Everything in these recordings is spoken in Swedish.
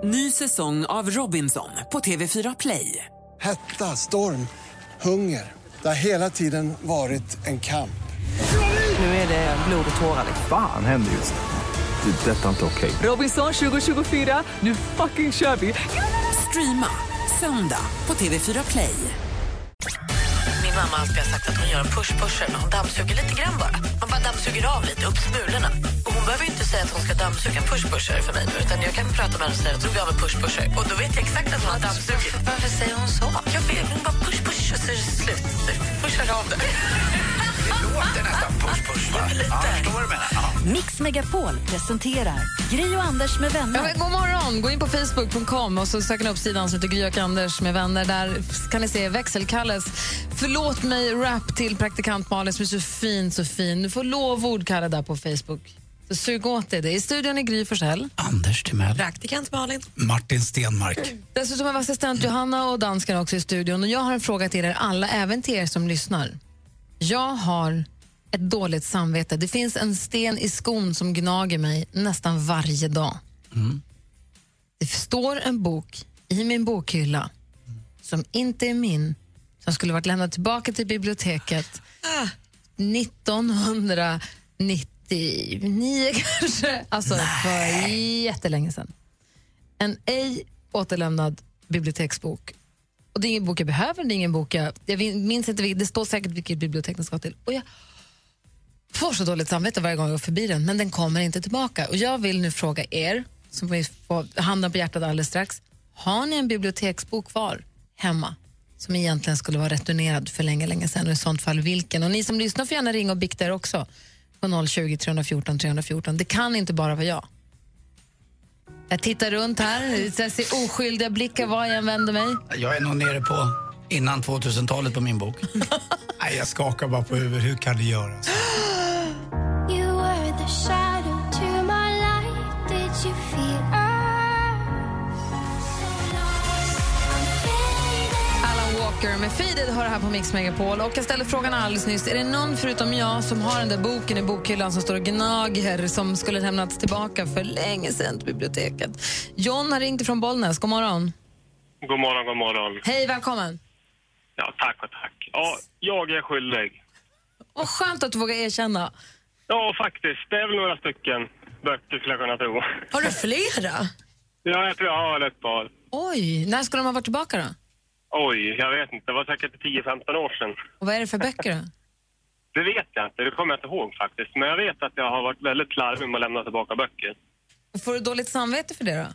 Ny säsong av Robinson på TV4 Play. Hetta, storm, hunger. Det har hela tiden varit en kamp. Nu är det blod och tårar. Fan händer just det. Detta är inte okej. Robinson 2024, nu fucking kör vi. Streama söndag på TV4 Play. Min mamma har alltid sagt att hon gör en push-pusher när hon dammsuger lite grann bara. Man bara dammsuger av lite, upp smulorna. Och hon behöver ju inte säga att hon ska dammsuga en push-pusher för mig nu, utan jag kan prata med henne och säga att hon av en push-pusher. Och då vet jag exakt att hon har dammsugit. Varför säger hon så? Jag vet, hon bara push-push och så är det slut. Pushar av det. Det låter nästan push-push, va? Ja, jag förstår vad du menar. Ja. Mix Megapol presenterar Gry och Anders med vänner. Ja, god morgon! Gå in på facebook.com och så söker ni upp sidan som heter Gry och Anders med vänner. Där kan ni se växelkalles Förlåt mig rap till praktikant Malin som är så fin. Du får lovord, Kalle, där på Facebook. Så sug åt det. I studion är Gry Forssell. Anders Timell. Praktikant Malin. Martin Stenmark. Dessutom är assistent Johanna och dansken också i studion. Och jag har en fråga till er alla, även till er som lyssnar. Jag har ett dåligt samvete. Det finns en sten i skon som gnager mig nästan varje dag. Det står en bok i min bokhylla som inte är min, som skulle varit lämnad tillbaka till biblioteket 1999 kanske. Alltså för jättelänge sedan. En ej återlämnad biblioteksbok. Och det är ingen bok jag behöver, det är ingen bok jag minns inte, det står säkert vilket bibliotek den ska till. Och jag får så dåligt samvete varje gång jag går förbi den, men den kommer inte tillbaka. Och jag vill nu fråga er, som vi får handen på hjärtat alldeles strax, har ni en biblioteksbok kvar hemma som egentligen skulle vara returnerad för länge sedan, och i sånt fall vilken? Och ni som lyssnar får gärna ringa och bikta er också på 020 314 314. Det kan inte bara vara jag. Jag tittar runt här, jag ser oskyldiga blickar var jag än vänder mig. Jag är nog nere på innan 2000-talet på min bok. Nej, jag skakar bara på huvudet. Hur kan det göra så? You were the shadow to my light. Did you feel Alan Walker med Faded har det här på Mix Megapol. Och jag ställde frågan alldeles nyss, är det någon förutom jag som har den där boken i bokhyllan som står och gnager, som skulle lämnats tillbaka för länge sedan till biblioteket? John har ringt från Bollnäs, god morgon. God morgon. Hej, välkommen. Ja, tack. Ja, jag är skyldig. Vad skönt att du vågar erkänna. Ja, faktiskt. Det är väl några stycken böcker skulle jag kunna tro. Har du flera? Ja, jag tror jag har ett par. Oj, när ska de ha varit tillbaka då? Oj, jag vet inte. Det var säkert 10-15 år sedan. Och vad är det för böcker då? Det vet jag inte. Det kommer jag inte ihåg faktiskt. Men jag vet att jag har varit väldigt slarvig med att lämna tillbaka böcker. Och får du dåligt samvete för det då?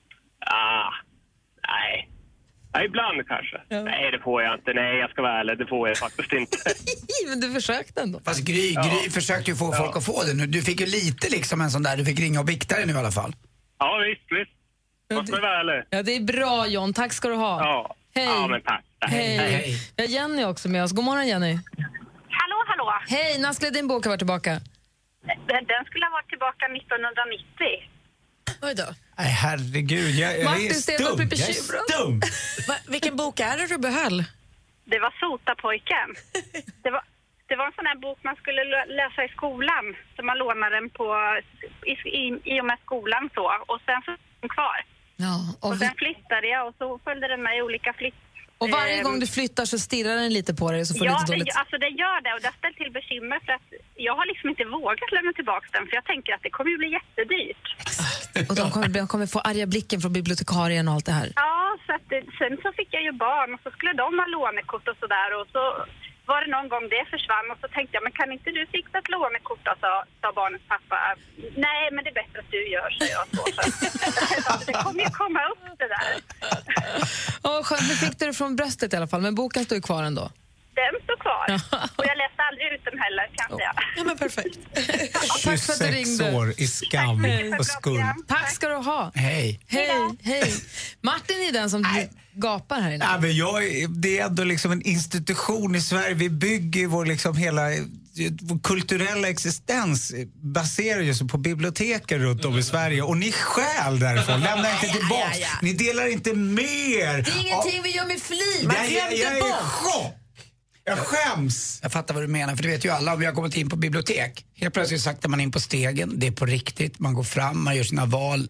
Nej. Ja, ibland kanske. Ja. Nej, det får jag inte. Nej, jag ska vara ärlig. Det får jag faktiskt inte. Men du försökte ändå. Fast Gry försökte ju få folk att få det nu. Du fick ju lite liksom en sån där. Du fick ringa och bikta dig nu i alla fall. Ja, visst. Jag ska vara ärlig. Ja, det är bra, John. Tack ska du ha. Ja. Hej. Ja, men tack. Hej. Vi har Jenny också med oss. God morgon, Jenny. Hallå. Hej, när skulle din bok ha varit tillbaka? Den skulle ha varit tillbaka 1990. Oj då. Nej, herregud. Jag är stum. Vilken bok är det du behöll? Det var Sotapojken. Det var en sån här bok man skulle läsa i skolan. Så man lånade den i och med skolan så. Och sen så var den kvar. Ja, och sen flyttade jag och så följde den med i olika flytt. Och varje gång du flyttar så stirrar den lite på dig så får lite dåligt. Alltså det gör det, och det har ställt till bekymmer för att jag har liksom inte vågat lämna tillbaka den, för jag tänker att det kommer ju bli jättedyrt. Exakt. Och de kommer få arga blicken från bibliotekarien och allt det här. Ja, så att sen så fick jag ju barn och så skulle de ha lånekort och sådär, och så var det någon gång det försvann och så tänkte jag, men kan inte du fixa ett lånekort då, sa barnets pappa. Nej, men det är bättre att du gör, så jag så. Det kommer ju komma upp det där. Skönt, nu fick du det från bröstet i alla fall, men boken står ju kvar ändå. Den står kvar. Och jag läste aldrig ut den heller, kan jag säga. Ja, men perfekt. Tack för att du ringde. år i skam och skuld. Tack ska du ha. Hej. Martin är den som gapar här inne. Ja, men det är ändå liksom en institution i Sverige. Vi bygger vår liksom hela vår kulturella existens baserar ju sig på biblioteken runt om i Sverige, och ni stjäl därifrån, lämnar inte tillbaka. Ni delar inte mer. Det är ingenting vi gör med flit. Jag är chock. Jag skäms. Jag fattar vad du menar, för det vet ju alla. Om vi har kommit in på bibliotek, helt plötsligt saktar man in på stegen. Det är på riktigt, man går fram, man gör sina val.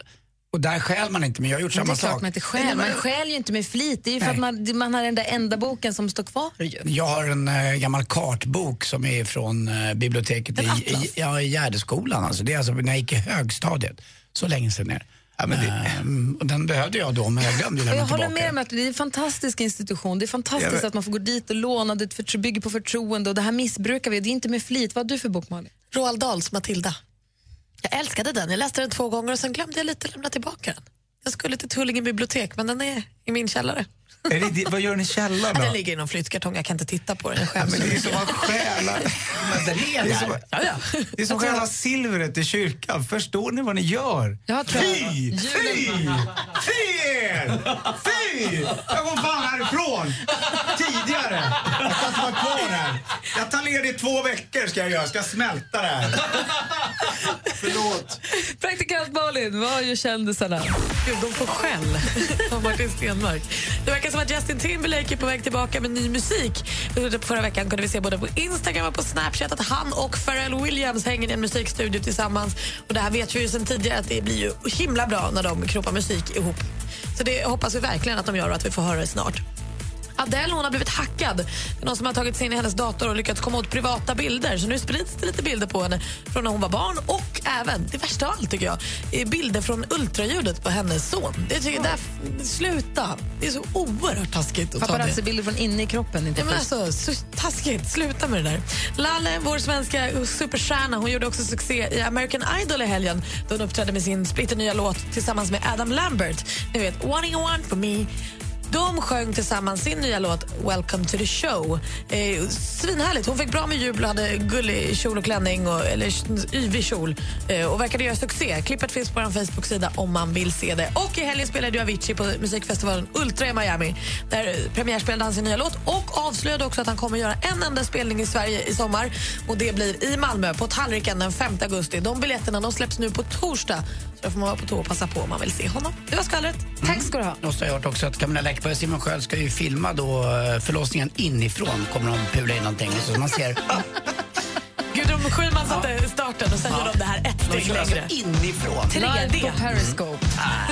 Och där skäl man inte, men jag har gjort samma sak. Det är klart man inte skäl. Man skäl ju inte med flit. Det är ju för att man har den där enda boken som står kvar ju. Jag har en gammal kartbok som är från biblioteket i Gärdeskolan. Alltså. Det är alltså när jag gick i högstadiet. Så länge sedan är. Ja, men och den behövde jag då, men jag glömde lämna tillbaka. Jag håller med om att det är en fantastisk institution. Det är fantastiskt att man får gå dit och låna. Det bygger på förtroende och det här missbrukar vi. Det är inte med flit. Vad har du för bok, Malin? Roald Dahls Matilda. Jag älskade den. Jag läste den 2 gånger och sen glömde jag lite lämna tillbaka den. Jag skulle till Tullinge bibliotek, men den är i min källare. Vad gör ni i källaren då? Den ligger i någon flyttkartong, jag kan inte titta på den själv. Men det är som att stjäla. Det är som själva silvret i kyrkan. Förstår ni vad ni gör? Fy! Jag går fan härifrån tidigare. Jag ska inte vara kvar här. Jag tar ner det i 2 veckor ska jag göra. Ska smälta det här. Förlåt. Praktikant Malin, vad gör kändisarna? Gud, de får skäll av Martin Stenmark. Det verkar som att Justin Timberlake är på väg tillbaka med ny musik. Förra veckan kunde vi se både på Instagram och på Snapchat att han och Pharrell Williams hänger i en musikstudio tillsammans. Och det här vet vi ju sedan tidigare att det blir ju himla bra när de kroppar musik ihop. Så det hoppas vi verkligen att de gör och att vi får höra det snart. Adele, hon har blivit hackad. Det är någon som har tagit sig in i hennes dator och lyckats komma åt privata bilder. Så nu sprids det lite bilder på henne från när hon var barn och även, det värsta av allt tycker jag, är bilder från ultraljudet på hennes son. Det tycker jag, sluta. Det är så oerhört taskigt att ta det. Paparazzi-bilder från inne i kroppen. Inte men alltså, så taskigt. Sluta med det där. Lalle, vår svenska superstjärna, hon gjorde också succé i American Idol i helgen då hon uppträdde med sin splitternya låt tillsammans med Adam Lambert. Ni vet, What You Want For Me. De sjöng tillsammans sin nya låt Welcome to the show. Svinhärligt. Hon fick bra med jubel och hade gullig kjol och klänning eller yvig kjol och verkade göra succé. Klippet finns på vår Facebook-sida om man vill se det. Och i helgen spelade Avicii på musikfestivalen Ultra i Miami där premiärspelade han sin nya låt och avslöjade också att han kommer göra en enda spelning i Sverige i sommar och det blir i Malmö på Tallriken den 5 augusti. De biljetterna de släpps nu på torsdag. Så då får man vara på tå och passa på om man vill se honom. Det var skvallret. Tack ska du ha. Och så har jag hört också att Camilla Läckberg och Simon Sköld ska ju filma då förlossningen inifrån. Kommer de pula in någonting så man ser... Gudrun Schyman satte starten och sen gör de det här ett steg längre. Alltså inifrån. 3D på Periscope.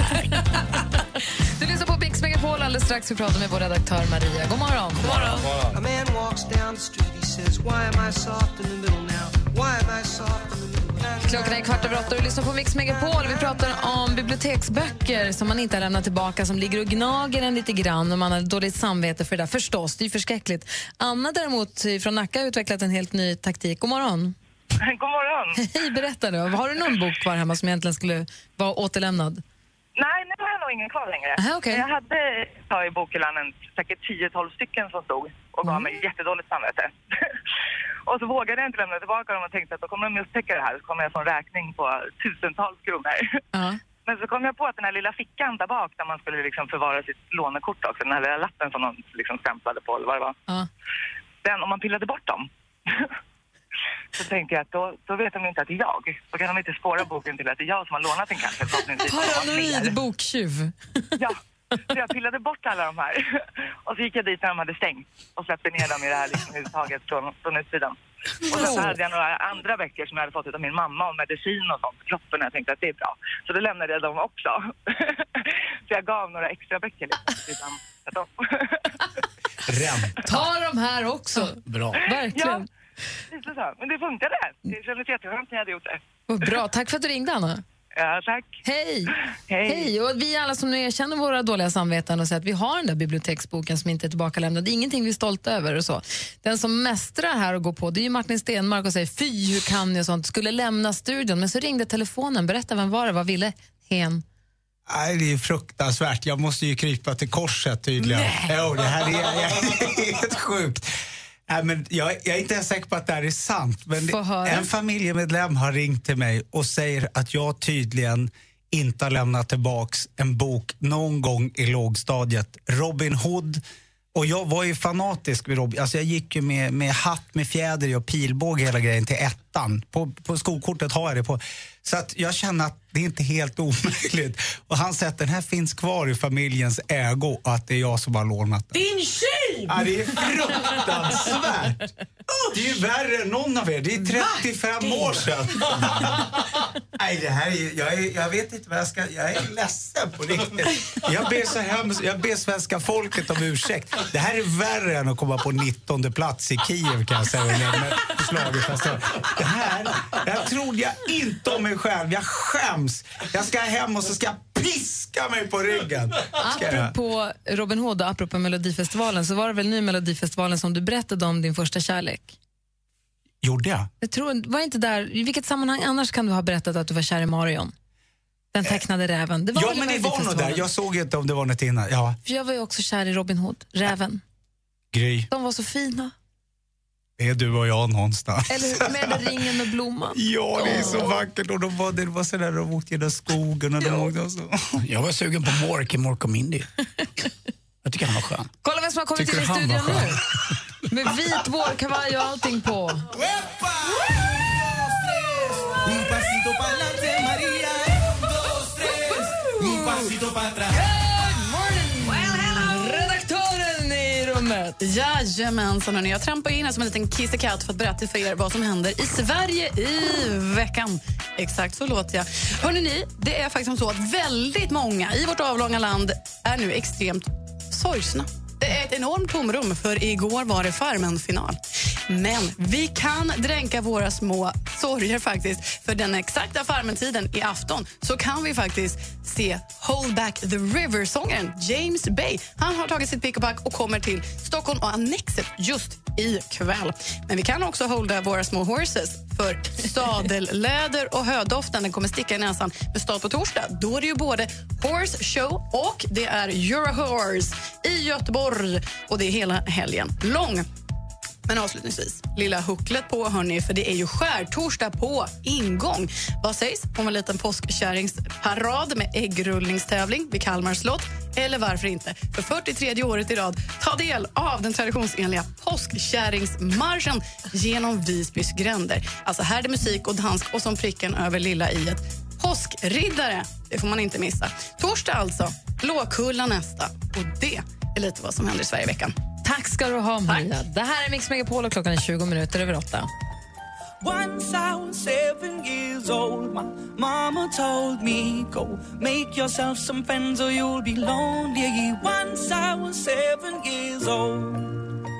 Du lyssnar på Mix Megapol alldeles strax. Vi pratar med vår redaktör Maria. God morgon. God morgon. A man walks down the street. He says, why am I soft in the middle now? Why am I soft in the middle? Klockan är 7:15 och lyssnar på Mix Megapol. Vi pratar om biblioteksböcker som man inte har lämnat tillbaka, som ligger och gnager en lite grann och man har dåligt samvete för det där. Förstås, det är förskräckligt. Anna däremot från Nacka har utvecklat en helt ny taktik. God morgon. God morgon. Hej, berätta då. Har du någon bok kvar hemma som egentligen skulle vara återlämnad? Nej, nu har jag nog ingen kvar längre. Aha, okay. Jag hade i bokhyllan säkert 10-12 stycken som stod och gav mig jättedåligt samvete. Och så vågade jag inte lämna tillbaka dem och tänkte att då kommer de upptäcka det här så kommer jag få en räkning på tusentals kronor. Men så kom jag på att den här lilla fickan där bak där man skulle liksom förvara sitt lånekort också, den här lilla lappen som de liksom stämplade på eller vad det var. Den, om man pillade bort dem så tänkte jag att då vet de inte att det är jag. Då kan de inte spåra boken till att det är jag som har lånat den kanske. Paranoid boktjuv. Ja. Så jag pillade bort alla de här. Och så gick jag dit när de hade stängt och släppte ner dem i det här liksom uttaget från utsidan. Och sen hade jag några andra böcker som jag hade fått av min mamma om medicin och sånt på kroppen och jag tänkte att det är bra. Så då lämnade jag dem också. Så jag gav några extra böcker liksom. Ta de här också. Bra. Verkligen. Ja, men det funkade. Det kändes jätteskönt när jag hade gjort det. Bra, tack för att du ringde, Anna. Ja, tack. Hej. Hej. Och vi alla som nu erkänner våra dåliga samveten och säger att vi har den där biblioteksboken som inte är tillbakalämnad. Det är ingenting vi är stolta över och så. Den som mästrar här och går på, det är ju Martin Stenmark och säger fy, hur kan ni och sånt. Skulle lämna studion, men så ringde telefonen. Berätta, vem var det? Vad ville hen? Nej, det är fruktansvärt. Jag måste ju krypa till korset tydligen. Jo, det här är helt sjukt. Nej, men jag är inte ens säker på att det här är sant. Men en familjemedlem har ringt till mig och säger att jag tydligen inte har lämnat tillbaks en bok någon gång i lågstadiet. Robin Hood. Och jag var ju fanatisk vid Robin. Alltså jag gick ju med hatt, med fjäder och pilbåge hela grejen till 1:an. På skolkortet har jag det på. Så att jag känner att det är inte helt omöjligt. Och han säger att den här finns kvar i familjens ägo och att det är jag som har lånat den. Din tjej! Ja, det är fruktansvärt. Det är ju värre än någon av er. Det är 35 år sedan. Nej, det här är, jag vet inte vad jag ska... Jag är ledsen på riktigt. Jag ber svenska folket om ursäkt. Det här är värre än att komma på 19:e plats i Kiev, kan jag säga. Med förslaget. Det här trodde jag inte om mig själv. Jag skäms. Jag ska hem och så ska jag piska mig på ryggen. Apropå Robin Hood och apropå Melodifestivalen, så var det väl ny Melodifestivalen som du berättade om din första kärlek? Gjorde jag? Jag tror, var inte där, i vilket sammanhang annars kan du ha berättat att du var kär i Marion? Den tecknade räven. Det var ja, men det var nog där. Jag såg inte om det var något innan. Ja. För jag var ju också kär i Robin Hood, räven. Gry. De var så fina. Det är du och jag någonstans. Eller med ringen med blomman. Ja, det är så vackert. Och det var så där de åkte genom skogen. Och de så. Jag var sugen på Mork i Mork och Mindy. Jag tycker han var skön. Kolla vem som har kommit in i studion nu. Med vit vårkavaj och allting på. Redaktören i rummet. Jajamensan, hörni. Jag trampar in här som en liten kissekatt för att berätta för er vad som händer i Sverige i veckan. Exakt så låter jag. Hörrni ni, det är faktiskt så att väldigt många i vårt avlånga land är nu extremt sorgsna. Det är ett enormt tomrum, för igår var det Farmen-final. Men vi kan dränka våra små sorger faktiskt. För den exakta Farmen-tiden i afton så kan vi faktiskt se Hold Back the River-sångaren James Bay. Han har tagit sitt pick och pack och kommer till Stockholm och Annexet just ikväll. Men vi kan också holda våra små horses, för sadelläder och hödoften den kommer sticka i näsan med start på torsdag. Då är det ju både Horse Show och det är Eurohorse i Göteborg, och det är hela helgen lång. Men avslutningsvis, lilla hucklet på hörni, för det är ju skärtorsdag på ingång. Vad sägs om en liten påskkärringsparad med äggrullningstävling vid Kalmar slott? Eller varför inte, för 43 året i rad, ta del av den traditionsenliga påskkärringsmarschen genom Visbys gränder. Alltså här är det musik och dans och som pricken över lilla i ett påskriddare. Det får man inte missa. Torsdag alltså, Blåkulla nästa. Och det är lite vad som händer i Sverige i veckan. Tack ska du ha, Maria. Det här är Mix Megapol och klockan är 20 minuter över 8. Once I was 7 years old, my mama told me, go make yourself some friends or you'll be lonely. Once I was 7 years old.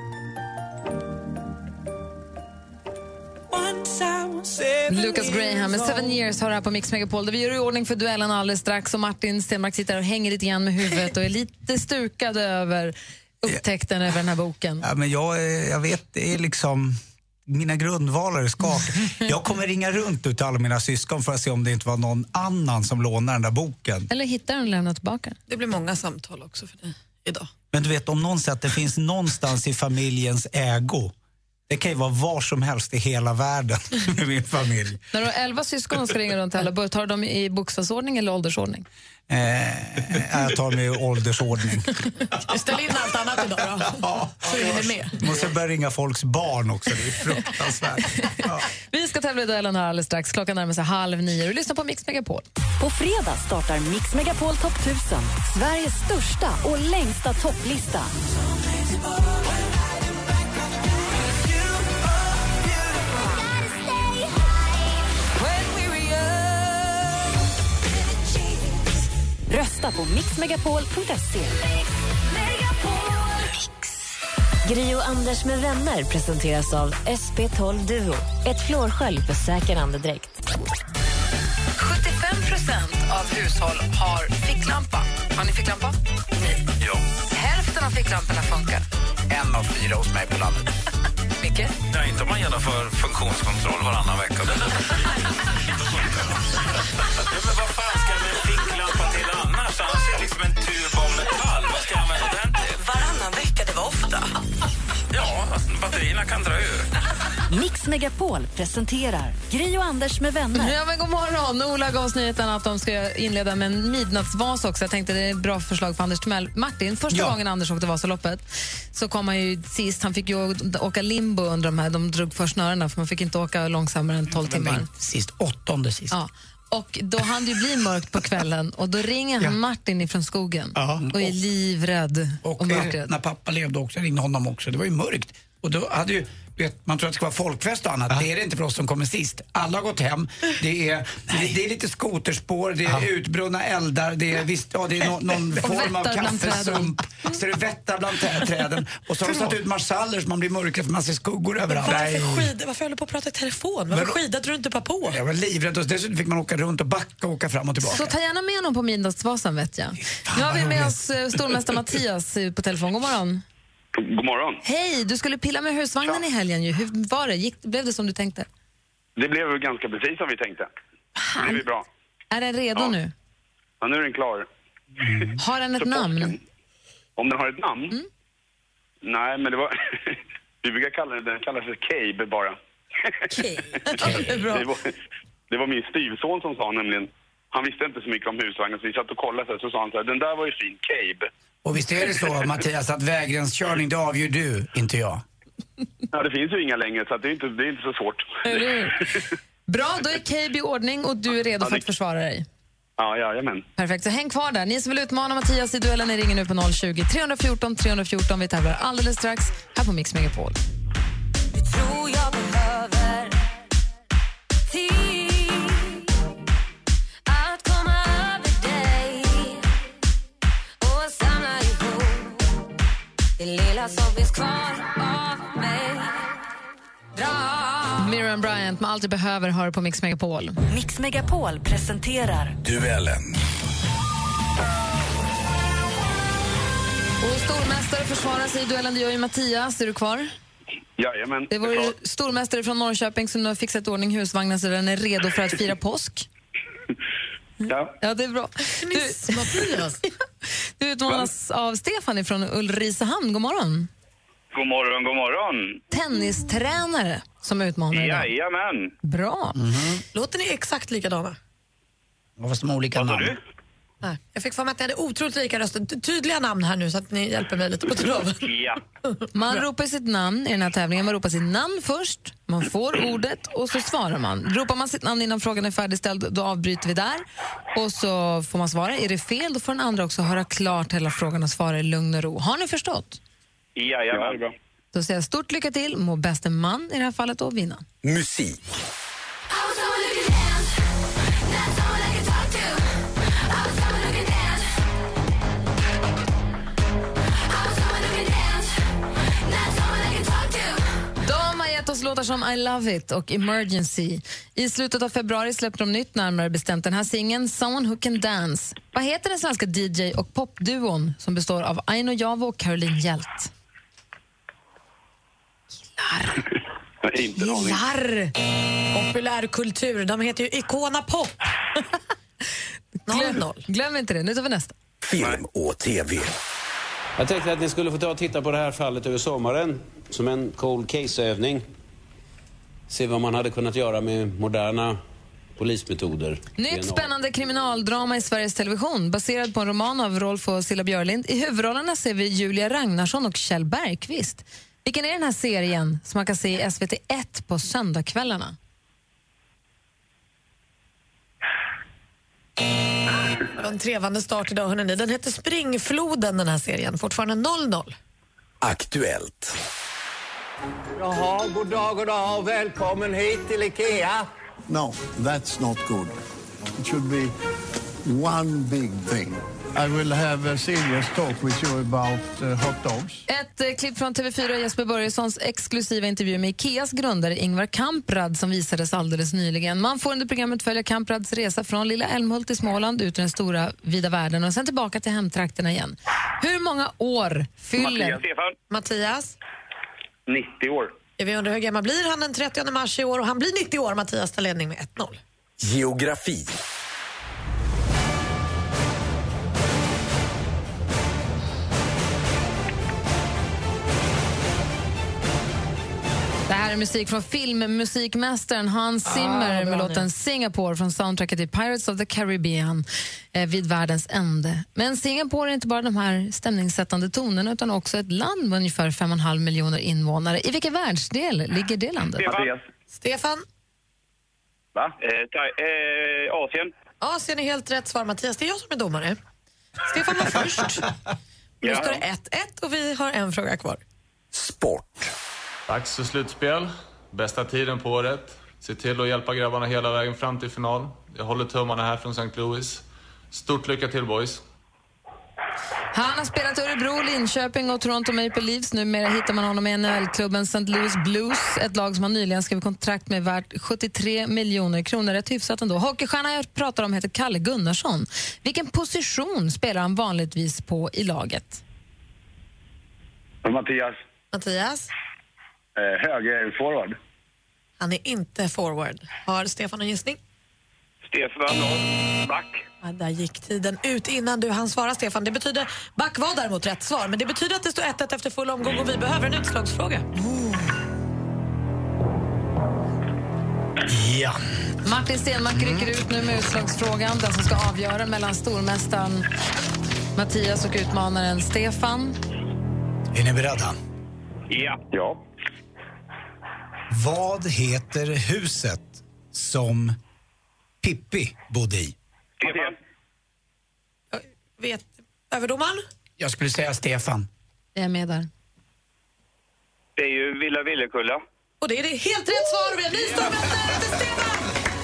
Lucas Graham med 7 years har här på Mix Megapol, där vi gör i ordning för duellen alldeles strax. Och Martin Stenmark sitter och hänger lite grann med huvudet och är lite stukad över upptäckten över den här boken. Ja, men jag vet, det är liksom... Mina grundvalar är skakade. Jag kommer ringa runt ut till alla mina syskon för att se om det inte var någon annan som lånar den där boken. Eller hittar den och lämnar tillbaka. Det blir många samtal också för dig idag. Men du vet, om någon säger att det finns någonstans i familjens ägo. Det kan ju vara var som helst i hela världen med min familj. När du har 11 syskon och ska ringa runt till alla, tar de i bokstavsordning eller åldersordning? Jag tar med åldersordning. Ställ in allt annat idag då. Ja, så är ni med. Måste börja ringa folks barn också, det är fruktansvärt. Ja. Vi ska tävla i duellen här alldeles strax. Klockan närmar sig 8:30. Du lyssnar på Mix Megapol. På fredag startar Mix Megapol Top 1000. Sveriges största och längsta topplista. Rösta på mixmegapol.se. Gri och Anders med vänner presenteras av SP12 Duo. Ett flårskölj för säker andedräkt. 75% av hushåll har ficklampa. Har ni ficklampa? Nej. Ja. Hälften av ficklamporna funkar. 1 av 4 hos mig på landet. Micke? Ja, inte om man genomför funktionskontroll varannan vecka. Ja, men vad fan ska jag med en ficklampa till annars? Annars är det liksom en tub av metall. Vad ska jag använda den till? Varannan vecka, det var ofta. Ja, batterierna kan dra ur. Mix Megapol presenterar Gri och Anders med vänner. Ja, men god morgon. Ola gav oss nyheten att de ska inleda med en midnattsvas också. Jag tänkte det är ett bra förslag för Anders Timell. Martin, första gången Anders åkte Vasaloppet så kom han ju sist. Han fick ju åka limbo under de här. De drog för snörena för man fick inte åka långsammare än 12 timmar. Sist, 8:e sist. Ja. Och då hann det ju bli mörkt på kvällen och då ringer han Martin ifrån skogen och är livrädd. Och när pappa levde också, ringde honom också. Det var ju mörkt. Och då hade ju, man tror att det ska vara folkfest och annat. Det är det inte för oss som kommer sist. Alla har gått hem. Det är lite skoterspår, det är utbrunna eldar, det är, det är någon form av kaffesump. Så det vättar bland träden. Och så har de satt ut marschaller så man blir mörkare för man ser skuggor överallt. Varför håller du på att prata i telefon? Varför skidade du inte på? Jag var livrädd och dessutom fick man åka runt och backa och åka fram och tillbaka. Så ta gärna med honom på Midnattsvasan, vet jag. Nu har vi med oss stormästare Mattias på telefon. God morgon. God morgon. Hej, du skulle pilla med husvagnen i helgen ju. Hur var det? Blev det som du tänkte? Det blev ganska precis som vi tänkte. Det blev bra. Är den redo nu? Ja, nu är den klar. Har den ett namn? Om den har ett namn? Nej, men det var... vi brukar kalla den kallas för Cabe bara. Det var min styvson som sa nämligen... Han visste inte så mycket om husvagnen så vi satt och kollade så sa han så här, den där var ju fin, Cabe. Och visst är det så, Mattias, att vägrenskörning, det avgör du, inte jag. Ja, det finns ju inga längre så att det är inte så svårt. Bra, då är Cabe i ordning och du är redo för att försvara dig. Ja, jajamän. Perfekt, så häng kvar där. Ni som vill utmana Mattias i duellen, ni ringer nu på 020-314 314. Vi tävlar alldeles strax här på Mix Megapol. Du tror jag behöver tid att komma över dig och samla ihop det lilla som finns kvar av mig. Miriam Bryant med Allt du behöver hör på Mix Megapol. Mix Megapol presenterar Duellen. Och stormästare försvarar sig i duellen, det gör ju Mattias. Är du kvar? Jajamän. Det var stormästare från Norrköping som har fixat ordning husvagnen så den är redo för att fira påsk. Ja, det är bra. Mattias. Du utmanas av Stefan från Ulricehamn. God morgon. God morgon, god morgon. Tennistränare som utmanar idag. Jajamän. Bra. Låter ni exakt likadana? Vad var de olika namn? Nej, jag fick för mig att ni hade otroligt lika röster. Tydliga namn här nu så att ni hjälper mig lite på traven. Ja. Man ropar sitt namn i den här tävlingen. Man ropar sitt namn först, man får ordet och så svarar man. Ropar man sitt namn innan frågan är färdigställd, då avbryter vi där. Och så får man svara. Är det fel, då får den andra också höra klart hela frågan och svara i lugn och ro. Har ni förstått? Jajamän. Bra. Då säger jag stort lycka till, må bäste man i det här fallet och vinna. Musik. De har gett oss låtar som I Love It och Emergency. I slutet av februari släppte de nytt, närmare bestämt den här singeln Someone Who Can Dance. Vad heter den svenska DJ- och popduon som består av Aino Javo och Caroline Hjält? Gillar populärkultur. De heter ju Icona Pop. 0-0. Glöm inte det, nu tar vi nästa. Film och TV. Jag tänkte att ni skulle få ta och titta på det här fallet över sommaren som en cold case-övning. Se vad man hade kunnat göra med moderna polismetoder. Nytt spännande kriminaldrama i Sveriges Television baserad på en roman av Rolf och Silla Björlind. I huvudrollerna ser vi Julia Ragnarsson och Kjell Bergqvist. Vilken är den här serien som man kan se i SVT1 på söndagskvällarna? Det var en trevande start idag, hörrni. Den heter Springfloden, den här serien. Fortfarande 0-0. Aktuellt. Jaha, god dag. Välkommen hit till IKEA. No, that's not good. It should be one big thing. I will have a serious talk with you about hot dogs. Ett klipp från TV4 Jesper Börjessons exklusiva intervju med Ikeas grundare Ingvar Kamprad som visades alldeles nyligen. Man får under programmet följa Kamprads resa från lilla Älmhult i Småland ut i den stora vida världen och sen tillbaka till hemtrakterna igen. Hur många år fyller Mattias? 90 år. Vi undrar hur gammal blir han den 30 mars i år och han blir 90 år. Mattias tar ledning med 1-0. Geografi. Det här är musik från filmmusikmästaren Hans Zimmer med låten Singapore från soundtracket till Pirates of the Caribbean vid världens ände. Men Singapore är inte bara de här stämningssättande tonerna utan också ett land med ungefär 5,5 miljoner invånare. I vilken världsdel ligger det landet? Stefan? Va? Asien. Asien är helt rätt svar, Mattias. Det är jag som är domare. Stefan var först. Nu står det 1-1 och vi har en fråga kvar. Sport. Dags för slutspel. Bästa tiden på året. Se till att hjälpa grabbarna hela vägen fram till final. Jag håller tummarna här från St. Louis. Stort lycka till, boys. Han har spelat i Örebro, Linköping och Toronto Maple Leafs. Numera hittar man honom i NHL-klubben St. Louis Blues. Ett lag som han nyligen skrev kontrakt med värt 73 miljoner kronor. Rätt hyfsat ändå. Hockeystjärnan jag pratar om heter Kalle Gunnarsson. Vilken position spelar han vanligtvis på i laget? Mattias. Höger forward. Han är inte forward. Har Stefan en gissning? Stefan back. Ja, där gick tiden ut innan du hann svara, Stefan. Det betyder, back var däremot rätt svar, men det betyder att det står 1-1 efter full omgång och vi behöver en utslagsfråga. Ja. Martin Stenmark rycker ut nu med utslagsfrågan. Den som ska avgöra mellan stormästaren Mattias och utmanaren Stefan. Är ni beredda? Ja. Vad heter huset som Pippi bodde i? Stefan. Vet överdomaren? Jag skulle säga Stefan. Jag är med där. Det är ju Villa Villekulla. Och det är det helt rätt svar. Vi har ny stormästare till Stefan!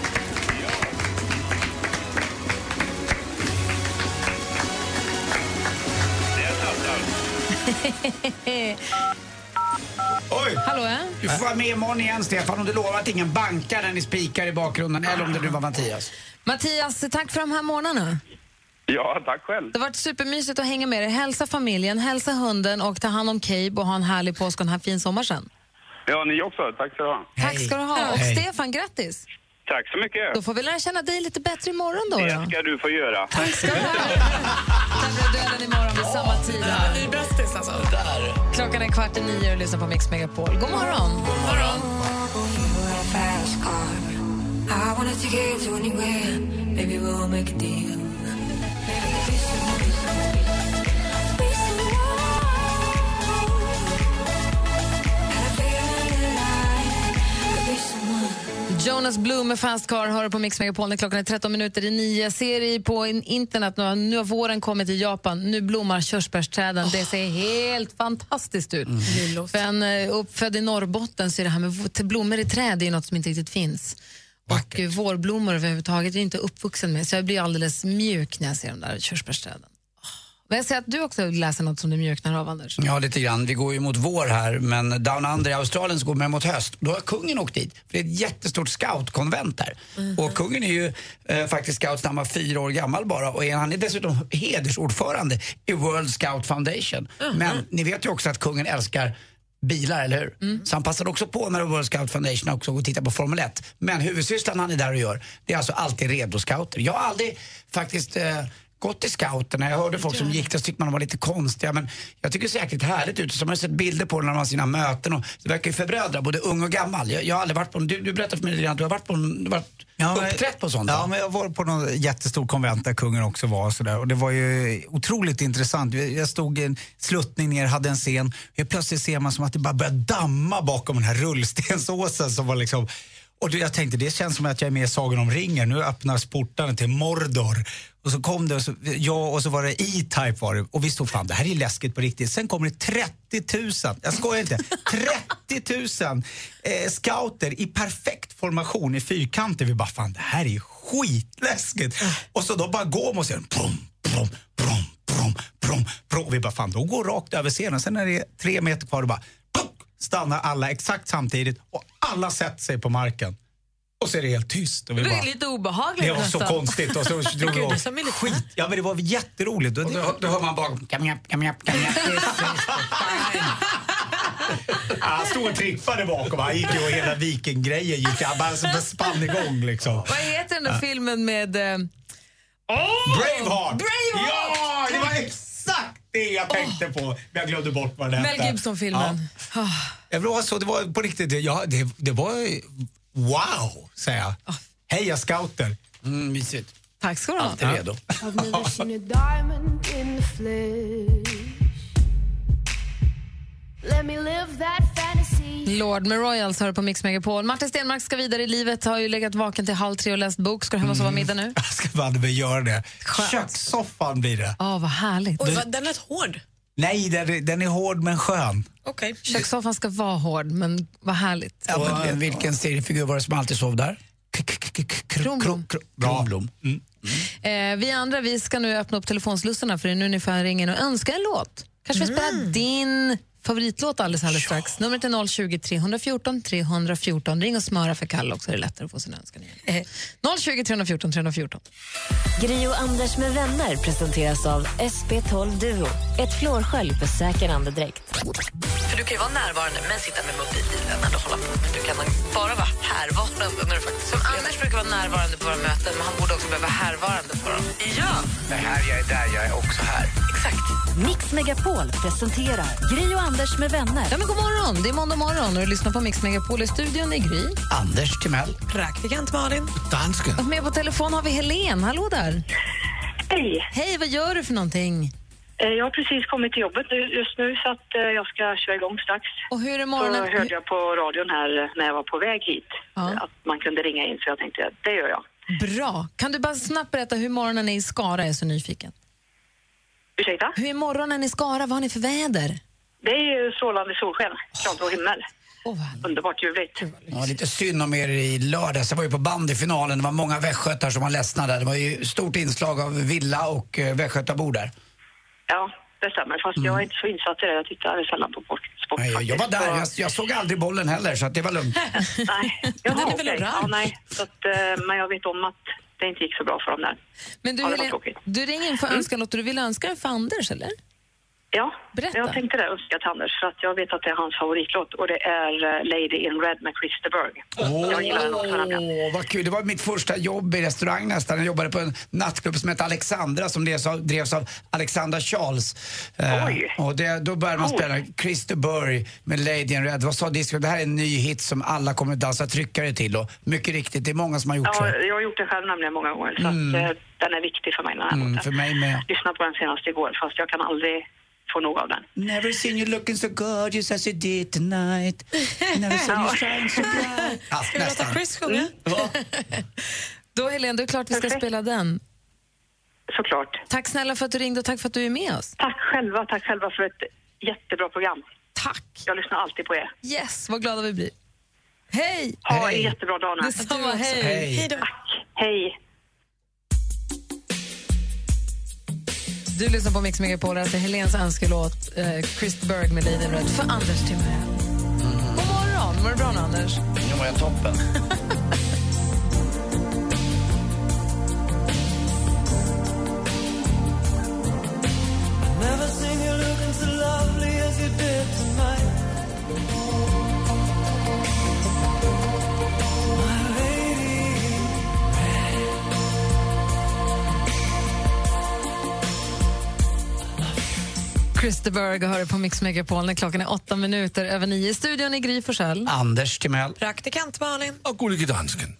Oj! Hallå, Du får vara med imorgon igen, Stefan, om du lovar att ingen bankar när ni spikar i bakgrunden, eller om det nu var Mattias. Mattias, tack för de här månaderna. Ja, tack själv. Det har varit supermysigt att hänga med dig. Hälsa familjen, hälsa hunden och ta hand om Cabe och ha en härlig påsk och en fin sommar sen. Ja, ni också. Tack ska du ha. Tack ska du ha. Och Stefan, grattis. Tack så mycket. Då får vi lära känna dig lite bättre imorgon då. Det ska du få göra. Tack ska du ha. Duellen imorgon vid samma tid. Vi är bästis alltså. Klockan är 8:45 och lyssnar på Mix Megapol. God morgon. God morgon. I wanted to get to anywhere. Maybe we'll make a deal. Jonas Blue med Fast Car hör på Mix Megapol när klockan är 13:09. Ser på internet nu har våren kommit till Japan. Nu blommar körsbärsträden. Det ser helt fantastiskt ut. För en uppfödd i Norrbotten så är det här med blommor i träd är något som inte riktigt finns. Vackert. Och vårblommor överhuvudtaget är inte uppvuxen med. Så jag blir alldeles mjuk när jag ser de där körsbärsträden. Men jag säger att du också läser något som du mjuknar av, Anders. Ja, lite grann. Vi går ju mot vår här, men Down Under i Australien så går man mot höst. Då har kungen åkt dit, för det är ett jättestort scoutkonvent där. Och kungen är ju faktiskt scout när han var 4 år gammal bara. Och han är dessutom hedersordförande i World Scout Foundation. Men ni vet ju också att kungen älskar bilar, eller hur? Så han passade också på när World Scout Foundation också och titta på Formel 1. Men huvudsysslan han är där och gör, det är alltså alltid redo scouter. Jag har aldrig faktiskt gått i scouterna. Jag hörde folk som gick där så tyckte man de var lite konstiga, men jag tycker det ser jäkligt härligt ut. Så man har sett bilder på när de har sina möten och det verkar ju förbrödra både ung och gammal. Jag har aldrig varit på du berättade för mig att du har varit på uppträtt på sånt. Ja, men jag var på någon jättestor konvent där kungen också var så där, och det var ju otroligt intressant. Jag stod i en sluttning ner, hade en scen. Jag plötsligt ser man som att det bara började damma bakom den här rullstensåsen som var liksom. Och jag tänkte, det känns som att jag är med i Sagan om ringen. Nu öppnas portarna till Mordor. Och så kom det, och så var det E-Type var det. Och vi stod fan, det här är läskigt på riktigt. Sen kommer det 30 000, jag skojar inte, 30 000 scouter i perfekt formation i fyrkanter. Vi bara, fan det här är skitläskigt. Och så då bara går man och säger prom, prom, prom, prom, prom, prom. Vi bara, fan då går rakt över scenen. Sen när det är 3 meter kvar och bara stannar alla exakt samtidigt och alla sätter sig på marken. Och så är det helt tyst. Och vi det bara, är lite obehagligt. det var så konstigt. Och så drog vi skit. Ja, men det var jätteroligt. Och då hör man bakom. Han stod och trippade bakom. Han gick ju och hela Viking-grejen gick. Han bara spann igång liksom. Vad heter den där filmen med... Braveheart! Braveheart! Ja, det var exakt det jag tänkte på. Men jag glömde bort vad det hette. Mel Gibson-filmen. Ja. Det var på riktigt. Ja, det var... Wow, säger jag. Heja scouter. Mysigt. Tack ska du ha. Alltid redo. I've never seen a diamond in the flesh. Let me live that fantasy. Lord med Royals hör på Mix Megapol. Martin Stenmark ska vidare i livet, har ju legat vaken till 2:30 och läst bok. Ska du hem och sova middag nu? Jag ska bara göra det. Kökssoffan blir det. Vad härligt. Oj, den är hård. Nej, den är hård men skön. Okay. Kökssoffan ska vara hård, men vad härligt. Ja, men vilken seriefigur var det som alltid sov där? Kronblom. Vi andra, vi ska nu öppna upp telefonslussarna, för det är nu ni får ringa in och önska en låt. Kanske vi spelar din favoritlåt alldeles strax. Numret är 020 314 314. Ring och smöra för Kalle också, det är lättare att få sin önskan igen. 020 314 314. Gri och Anders med vänner presenteras av SP12 Duo. Ett flårskölj för säker andedräkt. För du kan ju vara närvarande men sitta med mobilen när du håller på. Men du kan bara vara härvarande när du faktiskt... Som Anders brukar vara närvarande på våra möten, men han borde också behöva vara härvarande på dem. Ja! Det här, jag är där, jag är också här. Exakt. Mix Megapol presenterar Gri och Anders med vänner. Ja, men god morgon, det är måndag morgon och du lyssnar på Mix Megapol. I studion är Gry. Anders Timell. Praktikant Malin. Dansken. Och med på telefon har vi Helen. Hallå där. Hej. Hej, vad gör du för någonting? Jag har precis kommit till jobbet just nu så att jag ska köra igång strax. Och hur är morgonen? Så hörde jag på radion här när jag var på väg hit att man kunde ringa in, så jag tänkte att det gör jag. Bra. Kan du bara snabbt berätta hur morgonen är i Skara? Jag är så nyfiken. Ursäkta? Hur är morgonen i Skara? Vad har ni för väder? Det är ju strålande solsken, klarblå himmel. Underbart ljuvligt. Ja, lite synd om er i lördags. Jag var ju på bandyfinalen. Det var många västgötar som var ledsna där. Det var ju stort inslag av villa och västgötabor där. Ja, det stämmer. Fast jag är inte så insatt i det. Jag tittar sällan på sport. Nej, jag var där. Jag såg aldrig bollen heller, så att det var lugnt. Nej, den är väl bra. Ja, nej. Så att, men jag vet om att det inte gick så bra för dem där. Men du ringer in för önskan. Du vill önska den för Anders, eller? Ja, jag tänkte det, önska till Anders, för att jag vet att det är hans favoritlåt, och det är Lady in Red med Christer Berg. Jag gillar den också nämligen. Vad kul, det var mitt första jobb i restaurang nästan. Jag jobbade på en nattklubb som hette Alexandra, som drevs av Alexander Charles. Och då började man spela Christer Berg med Lady in Red. Vad sa disco? Det här är en ny hit som alla kommer att dansa tryckare till, och mycket riktigt, det är många som har gjort så. Ja, jag har gjort det själv nämligen många gånger, så att den är viktig för mig den här låten. För mig med. Jag lyssnade på den senast igår, fast jag kan aldrig få nog av den. Never seen you looking so gorgeous as you did tonight. Never seen you shine so bright. Ja, ska vi låta Chris sjunga? Då Helene, det är klart vi ska spela den. Såklart. Tack snälla för att du ringde och tack för att du är med oss. Tack själva för ett jättebra program. Tack. Jag lyssnar alltid på er. Yes, vad glada vi blir. Hej! Ha en jättebra dag nu. Detsamma, hej. Hej då. Tack. Hej. Du lyssnar på Mix Megapol, alltså Helens önskelåt Christer Berg med Lady in Red för Anders Timell. God morgon, mår du bra nu, Anders? Nu mår jag toppen. Never seen you looking so lovely as you did tonight. Christer Berg hör på Mix Megapol när klockan är 8:08 i studion i Gry Forssell. Anders Timell. Praktikant Malin. Och gullige dansken.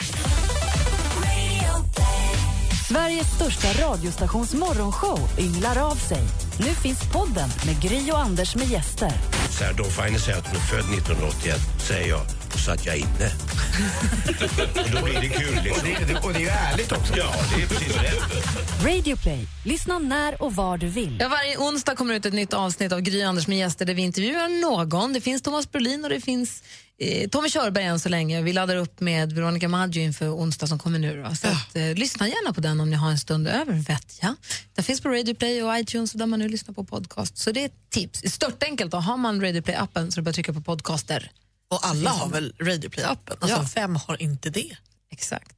Sveriges största radiostations morgonshow ynglar av sig. Nu finns podden med Gry och Anders med gäster. Så här, då får jag säga att hon är född 1981, säger jag, så att jag är inne. Och då blir det kul. Liksom. Och det är ju ärligt också. Ja, det är precis rätt. Radio Play. Lyssna när och var du vill. Ja, varje onsdag kommer ut ett nytt avsnitt av Gry och Anders med gäster där vi intervjuar någon. Det finns Thomas Brolin och det finns Tommy Körberg än så länge. Vi laddar upp med Veronica Maggio inför onsdag som kommer nu. Då. Så att, lyssna gärna på den om ni har en stund över, vet jag. Den finns på Radio Play och iTunes där man nu lyssnar på podcast. Så det är ett tips. Stört enkelt då. Har man Radio Play-appen så är det bara att trycka på podcaster. Och alla har väl Radio Play-appen? Alltså vem har inte det? Exakt.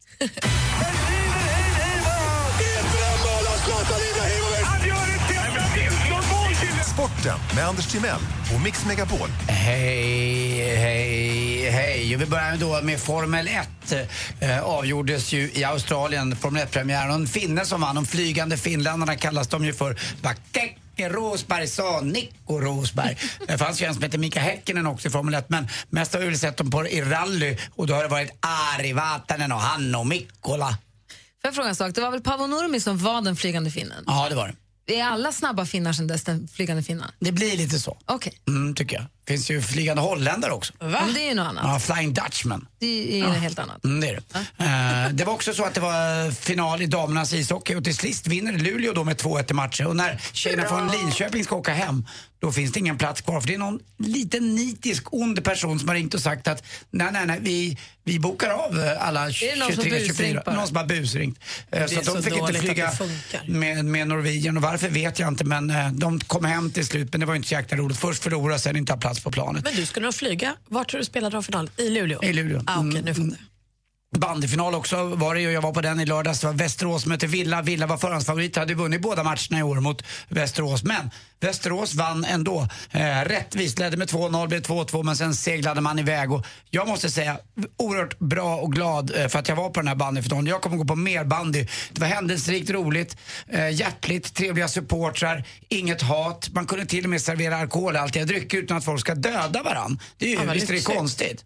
Sporten med Anders Timell och Mix Megapol. Hej. Vi börjar då med Formel 1. Avgjordes ju i Australien, Formel 1-premiären. En finne som vann, de flygande finländarna kallas de ju för Rosberg sa Nico Rosberg. Det fanns ju en som heter Mika Häkkinen också i Formel 1, men mest har vi väl sett dem på i rally, och då har det varit Ari Vatanen och Hanno Mikkola. Får jag fråga en sak? Det var väl Paavo Nurmi som var den flygande finnen? Ja, det var det. Är alla snabba finnar sen dess den flygande finnar? Det blir lite så. Okej. Tycker jag. Finns ju flygande holländare också. Va? Men det är ju något annat. Ja, Flying Dutchman. Det är ju helt annat. Det är det. Det var också så att det var final i damernas ishockey och till sist vinner Luleå då med 2-1 i matcher. Och när tjejerna från Linköping ska åka hem, då finns det ingen plats kvar. För det är någon liten nitisk, ond person som har ringt och sagt att nej, vi bokar av alla 23-24. Någon som har busringt. Så att de fick inte flyga med Norwegian. Och varför vet jag inte, men de kom hem till slut. Men det var inte så jäkla roligt. Först förlora, sen inte ha plats på planet. Men du skulle nog flyga. Vart tror du spelade de final? I Luleå? I Luleå. Okej, nu får det. Bandyfinal också var det ju, jag var på den i lördags. Det var Västerås mötte Villa. Villa var förhandsfavorit, hade vunnit båda matcherna i år mot Västerås. Men Västerås vann ändå. Rättvist, ledde med 2-0, blev 2-2, men sen seglade man iväg. Och jag måste säga, oerhört bra och glad för att jag var på den här bandyfinalen. Jag kommer gå på mer bandy. Det var händelserikt, roligt, hjärtligt, trevliga supportrar, inget hat. Man kunde till och med servera alkohol och alltid drycker utan att folk ska döda varann. Det är ju, visst är det konstigt.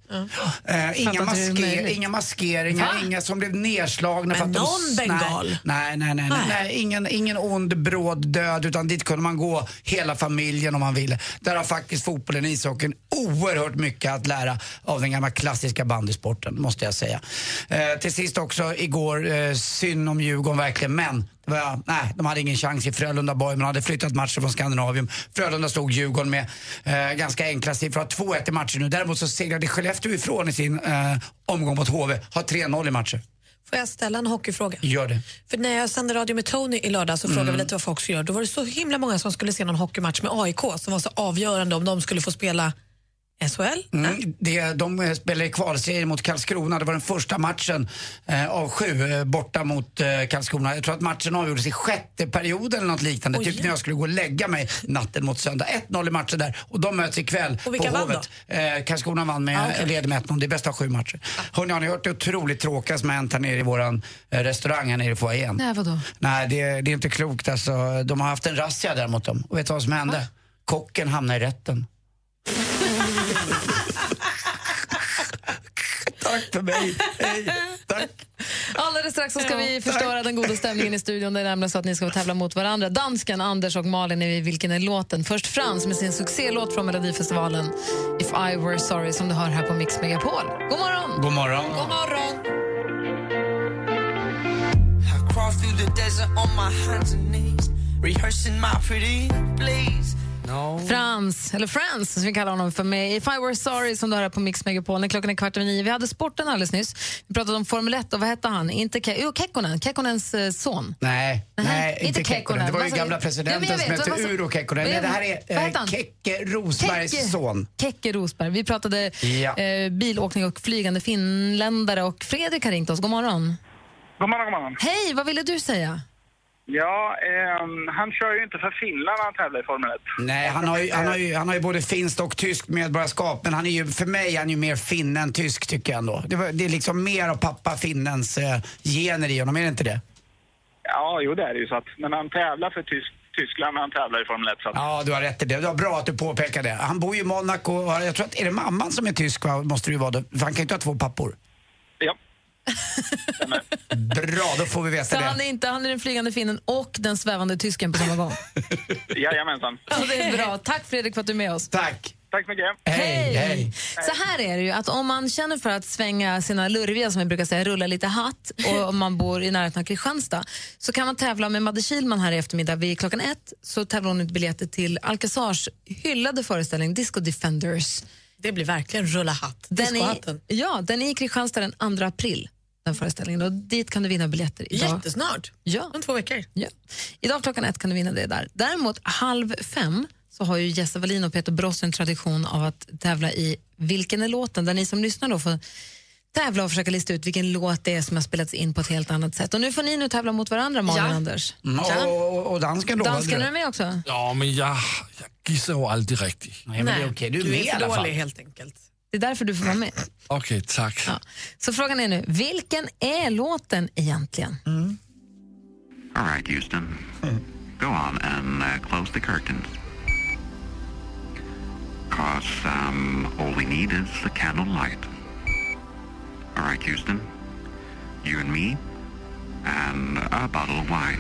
Inga maskeringar, inga som blev nedslagna. Men någon bengal? Nej, ingen ond bråd död, utan dit kunde man gå hela familjen om man ville. Där har faktiskt fotbollen och ishockeyn oerhört mycket att lära av den gamla klassiska bandysporten, måste jag säga. Till sist också igår, synd om Djurgården verkligen, men de hade ingen chans i Frölunda Boy, men hade flyttat matcher från Skandinavium. Frölunda stod Djurgården med ganska enkla siffror, 2-1 i matchen nu. Däremot så segrade Skellefteå ifrån i sin omgång mot HV, har 3-0 i matcher. Får jag ställa en hockeyfråga? Gör det. För när jag sände radio med Tony i lördag så frågade vi lite vad folk skulle göra. Då var det så himla många som skulle se någon hockeymatch med AIK som var så avgörande om de skulle få spela SHL? De spelade i kvalserien mot Karlskrona. Det var den första matchen av 7 borta mot Karlskrona. Jag tror att matchen avgjordes i 6:e perioden eller något liknande. Typ när jag skulle gå och lägga mig natten mot söndag. 1-0 i matchen där. Och de möts ikväll på Hovet. Karlskrona vann med led med 1-0. Det är bästa av 7 matcher. Hörrni, har ni hört det otroligt tråkiga som har hänt här nere i våran restaurang här nere i foajén? Nej, vadå? Nej, det är inte klokt. Alltså, de har haft en razzia där mot dem. Och vet du vad som hände? Kocken hamnade i rätten. Tack för mig. Hej. Tack. Alldeles strax så ska vi förstöra den goda stämningen i studion. Det är nämligen så att ni ska tävla mot varandra. Dansken, Anders och Malin i Vilken är låten? Först Frans med sin succélåt från Melodifestivalen If I Were Sorry, som du hör här på Mix Megapol. God morgon! God morgon! God morgon! I crawl through the desert on my hands and knees, rehearsing my pretty please. Frans som vi kallar honom för mig. If I Were Sorry, som du hör på Mix Megapol. Klockan är 8:15. Vi hade sporten alldeles nyss. Vi pratade om Formel 1 och vad hette han? Inte Kekkonens son. Nej, inte Kekkonen. Det var ju gamla presidenten som hette Uro Kekkonen. Nej, det här är Kekke Rosbergs son. Kekke Rosberg. Vi pratade bilåkning och flygande finländare, och Fredrik har ringt oss. God morgon. God morgon. Hej, vad ville du säga? Ja, han kör ju inte för Finland när han tävlar i Formel 1. Nej, han har ju både finskt och tyskt medborgarskap, men han är ju, för mig är han ju mer finn än tysk, tycker jag ändå. Det är liksom mer av pappa finnens gener i honom, är det inte det? Ja, jo det är det ju så att, men han tävlar för Tyskland när han tävlar i Formel 1. Så att... Ja, du har rätt i det. Det var bra att du påpekade det. Han bor ju i Monaco, och jag tror att, är det mamman som är tysk, va? Måste det ju vara det, för han kan ju inte ha 2 pappor. Ja. Bra, då får vi veta så det. Han är den flygande finnen och den svävande tysken på samma gång. Jajamensan. Ja, det är bra. Tack Fredrik för att du är med oss. Tack. Tack mycket. Hej. Så här är det ju, att om man känner för att svänga sina lurviga, som jag brukar säga, rulla lite hatt, och om man bor i närheten av Kristianstad, så kan man tävla med Madde Kihlman här i eftermiddag vid 1:00. Så tävlar hon ut biljetter till Alcazars hyllade föreställning Disco Defenders. Det blir verkligen rulla hatt. Den är i Kristianstad den 2 april. Den föreställningen, och dit kan du vinna biljetter idag. Jättesnart. Ja. Om 2 veckor. Ja. Idag 1:00 kan du vinna det där. Däremot 4:30 så har ju Jesse Wallin och Peter Bross en tradition av att tävla i Vilken är låten? Där ni som lyssnar då får tävla och försöka lista ut vilken låt det är som har spelats in på ett helt annat sätt. Och nu får ni tävla mot varandra, Malin och Anders. Och dansken då? Dansken är med också? Ja, men jag gissar ju aldrig riktigt. Nej, men det är okej. Du är med i alla fall. Dålig, helt enkelt. Det är därför du får vara med. Okej, tack. Ja. Så frågan är nu, vilken är låten egentligen? All right, Houston. Go on and close the curtains. 'Cause all we need is a candlelight. All right, Houston. You and me and a bottle of wine.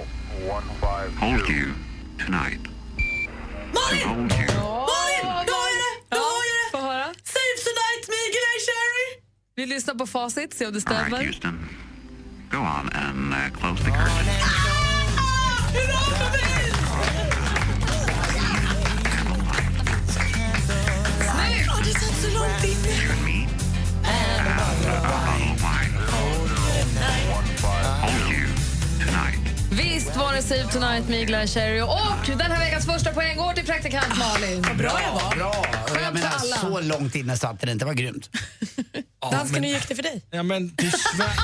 00152. Hold you tonight. Malin! Hold you. Malin! lyssna på facit, se om det All right, stämmer. Houston. Go on and close the curtain. Det satt så långt inne. You and me and a bottle of wine. Hold you tonight. Visst var det Save Tonight med Igla Cherry. Och den här veckans första poäng går till praktikant Malin. Vad bra jag var. Bra. Jag menar, alla. så långt inne satt det inte. Det var grymt. Dansken, hur gick det för dig? Ja, men det är svårt.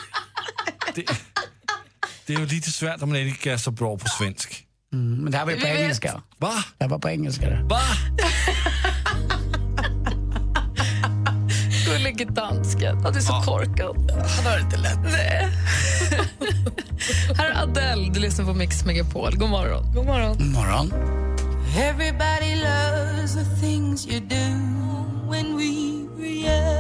Det är ju lite svårt om man inte är så bra på svensk. Men det här var ju på engelska. Va? Det här var på engelska. Va? Gullige dansken. Han är så korkad. Han har det inte lätt. Nej. Här är Adele. Du lyssnar på Mix Megapol. God morgon. God morgon. God morgon. Everybody loves the things you do when we were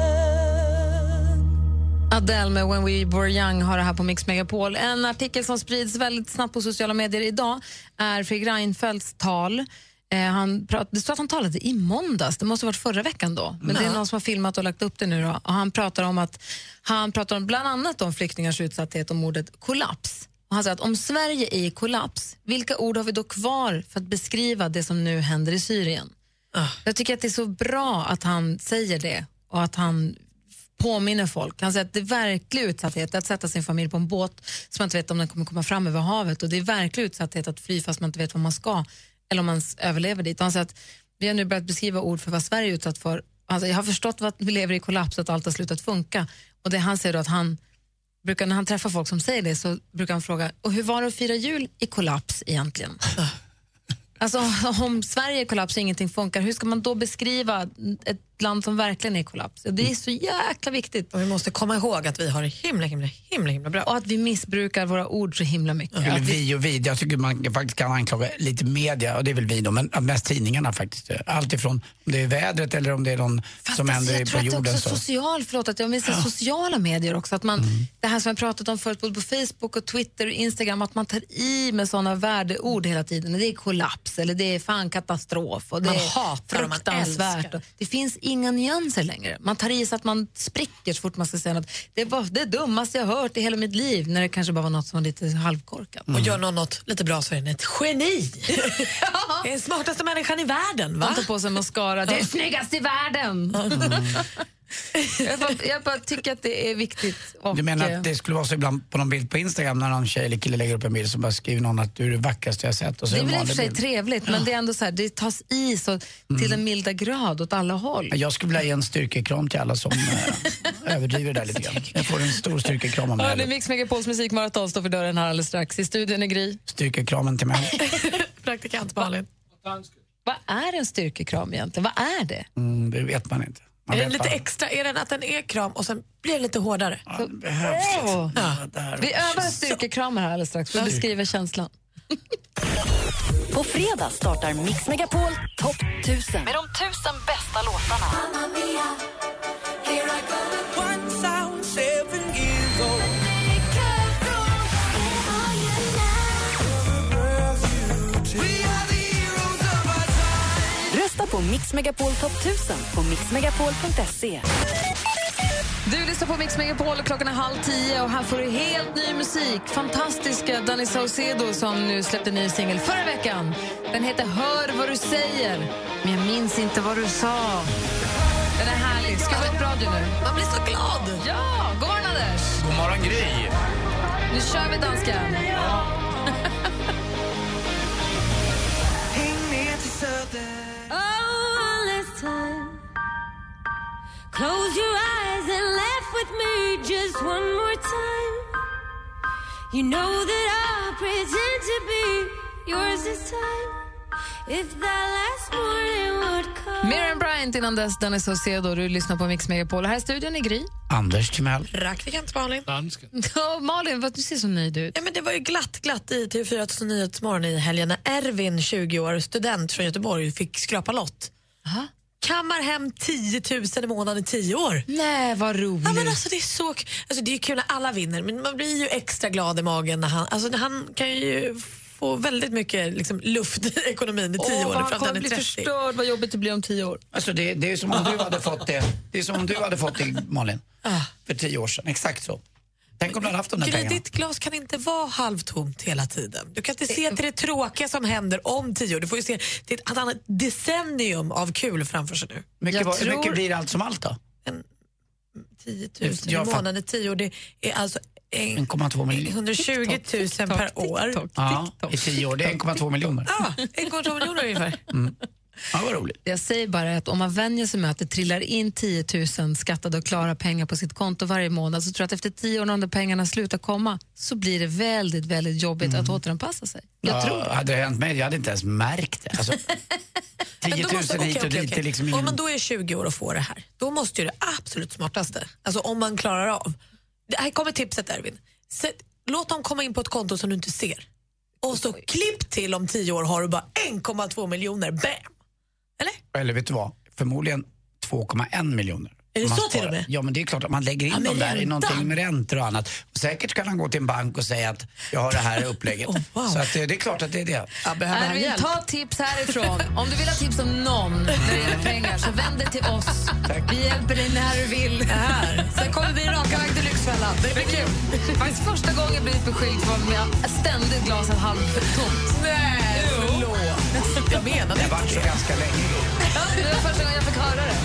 young. Adele med When We Were Young har det här på Mix Megapol. En artikel som sprids väldigt snabbt på sociala medier idag är Fredrik Reinfeldts tal. Det står att han talade i måndags. Det måste ha varit förra veckan då. Men det är någon som har filmat och lagt upp det nu då. Och han pratar om bland annat om flyktingars utsatthet och mordet kollaps. Och han säger att om Sverige är i kollaps, vilka ord har vi då kvar för att beskriva det som nu händer i Syrien? Jag tycker att det är så bra att han säger det och att han påminner folk. Han säger att det är verklig utsatthet att sätta sin familj på en båt som man inte vet om den kommer komma fram över havet, och det är verklig utsatthet att fly fast man inte vet vad man ska eller om man överlever dit. Han säger att vi har nu börjat beskriva ord för vad Sverige är utsatt för. Alltså, jag har förstått att vi lever i kollaps, att allt har slutat funka. Och det han säger då att när han träffar folk som säger det så brukar han fråga, och hur var det att fira jul i kollaps egentligen? Alltså om Sverige är kollaps och ingenting funkar, hur ska man då beskriva ett land som verkligen är i kollaps? Det är så jäkla viktigt. Och vi måste komma ihåg att vi har det himla bra. Och att vi missbrukar våra ord så himla mycket. Eller vi och vi. Jag tycker man faktiskt kan anklaga lite media, och det är väl vi då, men mest tidningarna faktiskt. Allt ifrån om det är vädret eller om det är någon som händer på jorden. Jag tror att det är sociala medier också. Att man, det här som jag pratat om förut, både på Facebook och Twitter och Instagram, att man tar i med sådana värdeord hela tiden. Det är kollaps eller det är fan katastrof och det är fruktansvärt. Det finns inga nyanser längre. Man tar i så att man spricker så fort man ska säga att det var det dummaste jag hört i hela mitt liv, när det kanske bara var något som var lite halvkorkat. Och gör något lite bra så är det ett geni. Det är den smartaste människan i världen, va? Man tar på sig mascara. Det är snyggast i världen. Jag bara tycker att det är viktigt. Och du menar att det skulle vara så ibland på någon bild på Instagram när någon tjej eller kille lägger upp en bild så bara skriver någon att du är det vackraste jag sett. Och så det är väl i och för sig bild. trevligt, men det är ändå så här, det tas i så till en milda grad åt alla håll. Jag skulle vilja ge en styrkekram till alla som överdriver det där lite grann. Jag får en stor styrkekram av mig. Det är Mix Megapols musikmaraton står för dörren här alldeles strax. I studion är Gry. Styrkekramen till mig. Praktikant Malin. Vad är en styrkekram egentligen? Vad är det? Det vet man inte. Är den lite extra? Är den att den är kram och sen blir den lite hårdare? Ja, det behövs. Vi övar styrkekramar här alldeles strax för att beskriva känslan. På fredag startar Mix Megapol Topp 1000 med de 1000 bästa låtarna. Rösta på Mix Megapol Topp 1000 på mixmegapol.se. Du lyssnar på Mix Megapol och klockan är 9:30 och här får du helt ny musik. Fantastiska Danny Saucedo som nu släppte en ny singel förra veckan. Den heter Hör vad du säger, men jag minns inte vad du sa. Den är härlig. Ska vi ha ett radio nu? Man blir så glad. Ja, god morgon Anders. God morgon Gry. Nu kör vi dansken. Ja. Häng med till söder. Oh, this time. Close your eyes and laugh with me just one more time. You know that I'll pretend to be yours this time. If that last morning would come. Miriam Bryant innan dess, Danny Saucedo. Du lyssnar på Mix Megapol. Här i studion är Gry. Anders Timell. Praktikant Malin. Ja, Malin, vad du ser så nöjd ut. Ja, men det var ju glatt i TV4 Nyhetsmorgon i helgen när Ervin, 20 år, student från Göteborg, fick skrapa lott. Aha. Kammar hem 10 000 i månaden i 10 år. Nej, vad roligt. Ja, men alltså, det är så alltså, det är kul när alla vinner, men man blir ju extra glad i magen när han kan ju få väldigt mycket liksom, luft i ekonomin i 10 år. Han kommer bli förstörd, vad jobbigt det blir om 10 år. Alltså det är som om du hade fått det. Det är som om du hade fått det, Malin, för 10 år sedan. Exakt så. Tänk om du hade haft de där pengarna. Ditt glas kan inte vara halvtomt hela tiden. Du kan inte se till det tråkiga som händer om 10 år. Du får ju se till ett annat decennium av kul framför sig nu. Hur mycket blir allt som allt då? 10 000 i månaden i 10 år. Det är alltså 1,2 miljoner. 120 000 per år. Ja, i 10 år. Det är 1,2 miljoner. Ja, 1,2 miljoner ungefär. Ja, vad roligt. Jag säger bara att om man vänjer sig med att det trillar in 10 000 skattade och klara pengar på sitt konto varje månad, så tror jag att efter 10 år när de pengarna slutar komma så blir det väldigt, väldigt jobbigt att återanpassa sig. Jag tror det. Hade det hänt mig, jag hade inte ens märkt det. Alltså, 10 000 hit och dit är liksom ingen... Om man då är 20 år och får det här, då måste ju det absolut smartaste, alltså om man klarar av. Det här kommer tipset, Erwin. Låt dem komma in på ett konto som du inte ser. Och så klipp till om 10 år har du bara 1,2 miljoner. Bam! Eller vet du vad? Förmodligen 2,1 miljoner. Är det så till och med? Ja, men det är klart att man lägger in dem där i någonting med räntor och annat. Och säkert kan han gå till en bank och säga att jag har det här upplägget. Så att det är klart att det är det. Jag vill ta tips härifrån. Om du vill ha tips om någon när det gäller pengar, så vänd dig till oss. Tack. Vi hjälper dig när du vill. Här. Sen kommer vi raka väg till Lyxfällan. Det blir kul. Faktiskt första gången jag blivit beskylld för att ständigt glaset halvtomt. Nej, förlåt. Jag menar det. Det var så ganska länge. Det var första gången jag fick höra det.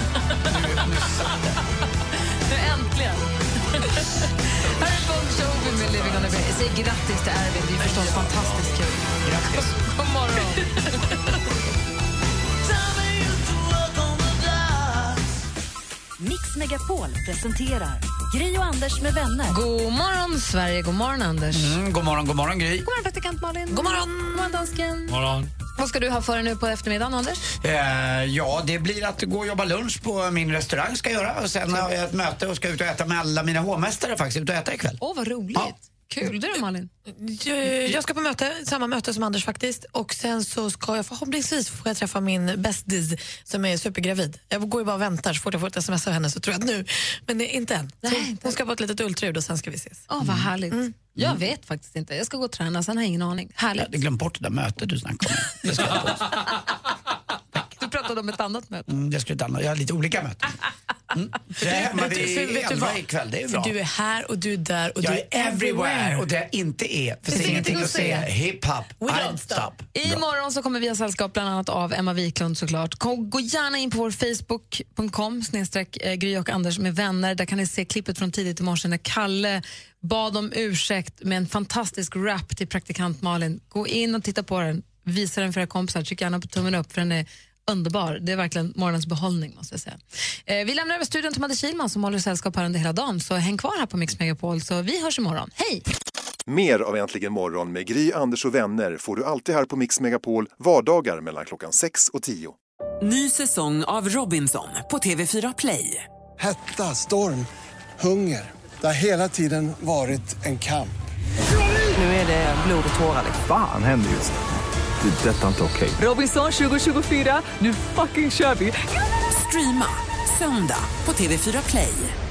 Nu äntligen. Här är Bon Jovi med Living on a Prayer. Jag säger grattis till Erwin, det är förstås fantastiskt kul. Grattis. God morgon. Mix Megapol presenterar Gry och Anders med vänner. God morgon Sverige, god morgon Anders. God morgon Gry. God morgon praktikant Malin. God morgon. God morgon dansken. Morgon. Vad ska du ha för dig nu på eftermiddagen, Anders? Ja, det blir att gå och jobba lunch på min restaurang ska jag göra. Och sen har jag ett möte och ska ut och äta med alla mina hovmästare faktiskt. Ut och äta ikväll. Vad roligt. Ja. Kul, du då Malin? Jag ska på samma möte som Anders faktiskt. Och sen så ska jag förhoppningsvis få träffa min bästis som är supergravid. Jag går ju bara och väntar, så fort jag får ett sms av henne så tror jag att nu. Men det är inte än. Nej, hon ska på ett litet ultraljud och sen ska vi ses. Vad härligt. Jag vet faktiskt inte. Jag ska gå och träna, sen har jag ingen aning. Härligt. Jag hade glömt bort det där mötet du snackade om. Det ska jag Du pratade om ett annat möte. Jag har lite olika möten. Jag är hemma vid 11 ikväll, det är bra. För du är här och du är där och jag du är everywhere. Och det jag inte är, för det är ingenting att säga. Hip-hop, we don't stop. Imorgon så kommer vi ha sällskap bland annat av Emma Wiklund såklart. Gå gärna in på vår facebook.com/Gry och Anders med vänner. Där kan ni se klippet från tidigt i morse när Kalle bad om ursäkt med en fantastisk rap till praktikant Malin. Gå in och titta på den, visa den för era kompisar, tryck gärna på tummen upp för den är underbar. Det är verkligen morgonens behållning måste jag säga. Vi lämnar över studion till Madde Kihlman som håller sällskap här under hela dagen. Så häng kvar här på Mix Megapol så vi hörs imorgon. Hej! Mer av Äntligen morgon med Gry, Anders och vänner får du alltid här på Mix Megapol vardagar mellan klockan 6 och 10. Ny säsong av Robinson på TV4 Play. Hetta, storm, hunger. Det har hela tiden varit en kamp. Nu är det blod och tårar. Fan händer just det. Det är detta inte okej. Robinson 2024, nu fucking kör vi. Streama söndag på TV4 Play.